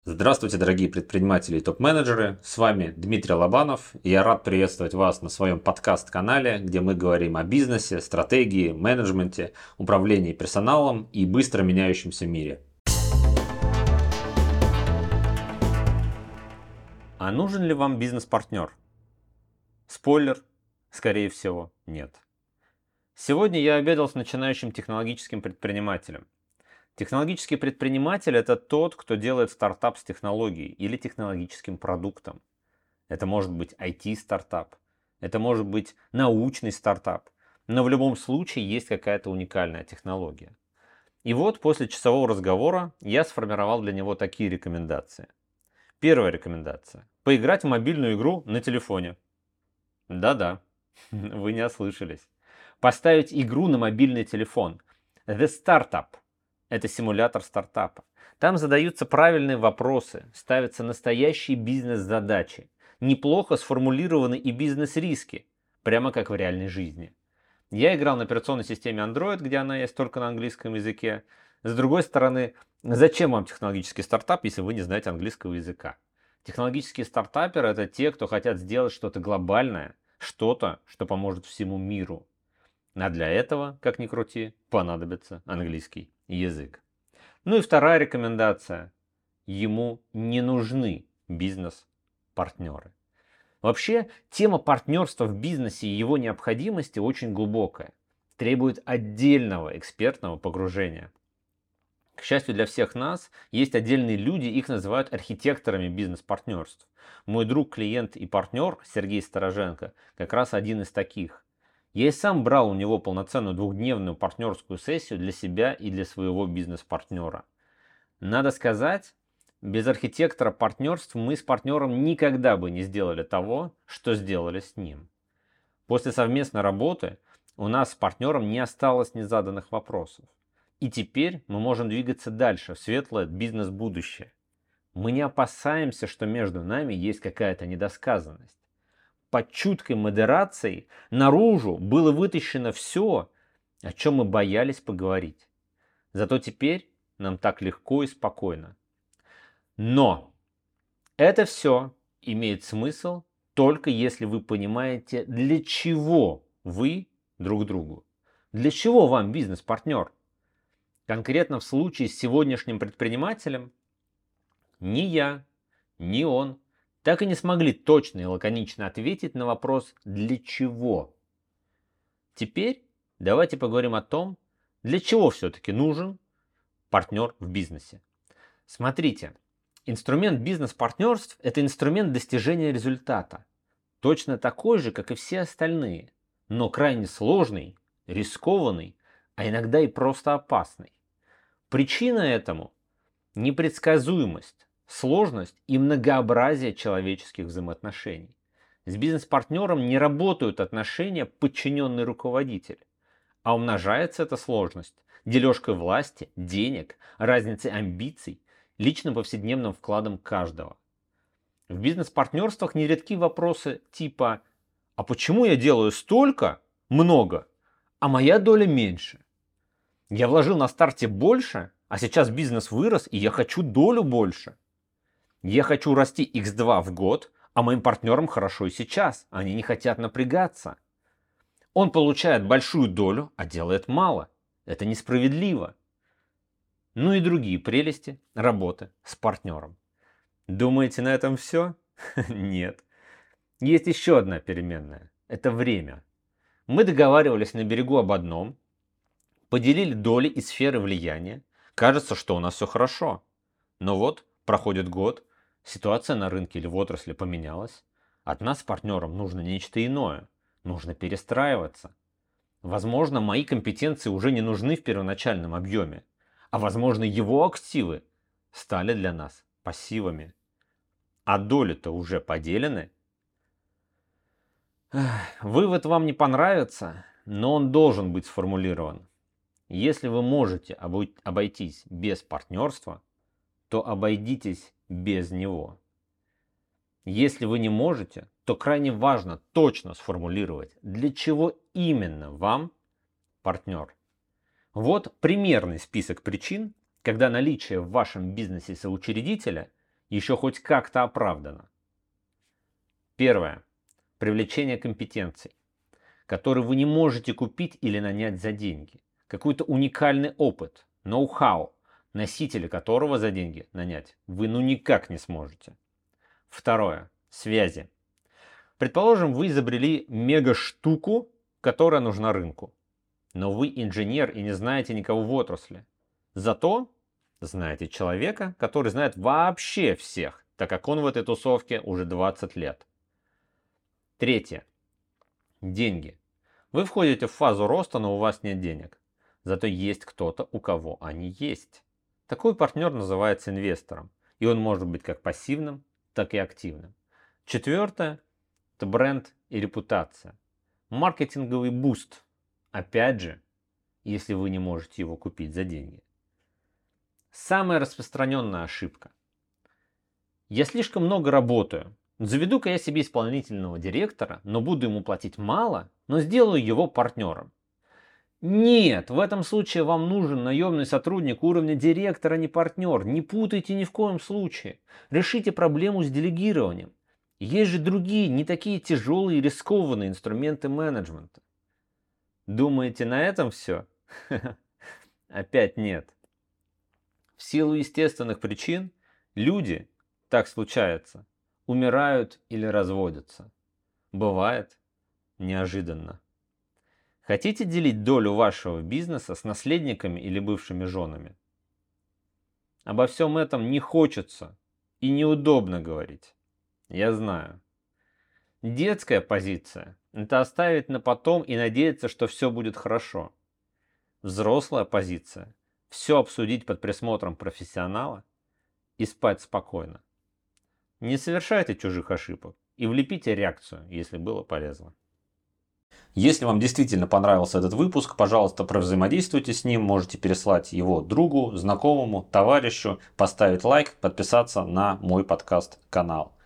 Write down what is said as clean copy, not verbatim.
Здравствуйте, дорогие предприниматели и топ-менеджеры. С вами Дмитрий Лобанов, и я рад приветствовать вас на своем подкаст-канале, где мы говорим о бизнесе, стратегии, менеджменте, управлении персоналом и быстро меняющемся мире. А нужен ли вам бизнес-партнер? Спойлер, скорее всего, нет. Сегодня я обедал с начинающим технологическим предпринимателем. Технологический предприниматель – это тот, кто делает стартап с технологией или технологическим продуктом. Это может быть IT-стартап, это может быть научный стартап, но в любом случае есть какая-то уникальная технология. И вот после часового разговора я сформировал для него такие рекомендации. Первая рекомендация. Поиграть в мобильную игру на телефоне. Да-да, вы не ослышались. Поставить игру на мобильный телефон. The Startup. Это симулятор стартапа. Там задаются правильные вопросы, ставятся настоящие бизнес-задачи. Неплохо сформулированы и бизнес-риски, прямо как в реальной жизни. Я играл на операционной системе Android, где она есть только на английском языке. С другой стороны, зачем вам технологический стартап, если вы не знаете английского языка? Технологические стартаперы – это те, кто хотят сделать что-то глобальное, что-то, что поможет всему миру. А для этого, как ни крути, понадобится английский язык. Ну и вторая рекомендация. Ему не нужны бизнес-партнеры. Вообще, тема партнерства в бизнесе и его необходимости очень глубокая. Требует отдельного экспертного погружения. К счастью для всех нас, есть отдельные люди, их называют архитекторами бизнес-партнерств. Мой друг, клиент и партнер Сергей Стороженко как раз один из таких. Я и сам брал у него полноценную двухдневную партнерскую сессию для себя и для своего бизнес-партнера. Надо сказать, без архитектора партнерств мы с партнером никогда бы не сделали того, что сделали с ним. После совместной работы у нас с партнером не осталось незаданных вопросов. И теперь мы можем двигаться дальше в светлое бизнес-будущее. Мы не опасаемся, что между нами есть какая-то недосказанность. Под чуткой модерацией наружу было вытащено все, о чем мы боялись поговорить. Зато теперь нам так легко и спокойно. Но это все имеет смысл только если вы понимаете, для чего вы друг другу. Для чего вам бизнес-партнер? Конкретно в случае с сегодняшним предпринимателем ни я, ни он так и не смогли точно и лаконично ответить на вопрос «для чего?». Теперь давайте поговорим о том, для чего все-таки нужен партнер в бизнесе. Смотрите, инструмент бизнес-партнерств – это инструмент достижения результата. Точно такой же, как и все остальные, но крайне сложный, рискованный, а иногда и просто опасный. Причина этому – непредсказуемость, сложность и многообразие человеческих взаимоотношений. С бизнес-партнером не работают отношения подчиненный руководитель, а умножается эта сложность дележкой власти, денег, разницей амбиций, лично повседневным вкладом каждого. В бизнес-партнерствах нередки вопросы типа «А почему я делаю столько, много, а моя доля меньше? Я вложил на старте больше, а сейчас бизнес вырос, и я хочу долю больше. Я хочу расти x2 в год, а моим партнерам хорошо и сейчас. Они не хотят напрягаться. Он получает большую долю, а делает мало. Это несправедливо. Ну и другие прелести работы с партнером. Думаете, на этом все? Нет. Есть еще одна переменная. Это время. Мы договаривались на берегу об одном, поделили доли и сферы влияния. Кажется, что у нас все хорошо. Но вот, проходит год, ситуация на рынке или в отрасли поменялась. От нас с партнером нужно нечто иное. Нужно перестраиваться. Возможно, мои компетенции уже не нужны в первоначальном объеме. А возможно, его активы стали для нас пассивами. А доли-то уже поделены. Вывод вам не понравится, но он должен быть сформулирован. Если вы можете обойтись без партнерства, то обойдитесь без него. Если вы не можете, то крайне важно точно сформулировать, для чего именно вам партнер. Вот примерный список причин, когда наличие в вашем бизнесе соучредителя еще хоть как-то оправдано. Первое. Привлечение компетенций, которые вы не можете купить или нанять за деньги. Какой-то уникальный опыт, ноу-хау, носителя которого за деньги нанять вы никак не сможете. Второе. Связи. Предположим, вы изобрели мега-штуку, которая нужна рынку. Но вы инженер и не знаете никого в отрасли. Зато знаете человека, который знает вообще всех, так как он в этой тусовке уже 20 лет. Третье. Деньги. Вы входите в фазу роста, но у вас нет денег. Зато есть кто-то, у кого они есть. Такой партнер называется инвестором. И он может быть как пассивным, так и активным. Четвертое. Это бренд и репутация. Маркетинговый буст. Опять же, если вы не можете его купить за деньги. Самая распространенная ошибка. Я слишком много работаю. Заведу-ка я себе исполнительного директора, но буду ему платить мало, но сделаю его партнером. Нет, в этом случае вам нужен наемный сотрудник уровня директора, а не партнер. Не путайте ни в коем случае. Решите проблему с делегированием. Есть же другие, не такие тяжелые и рискованные инструменты менеджмента. Думаете, на этом все? Опять нет. В силу естественных причин люди, так случается, умирают или разводятся. Бывает неожиданно. Хотите делить долю вашего бизнеса с наследниками или бывшими женами? Обо всем этом не хочется и неудобно говорить. Я знаю. Детская позиция – это оставить на потом и надеяться, что все будет хорошо. Взрослая позиция – все обсудить под присмотром профессионала и спать спокойно. Не совершайте чужих ошибок и влепите реакцию, если было полезно. Если вам действительно понравился этот выпуск, пожалуйста, провзаимодействуйте с ним. Можете переслать его другу, знакомому, товарищу, поставить лайк, подписаться на мой подкаст-канал.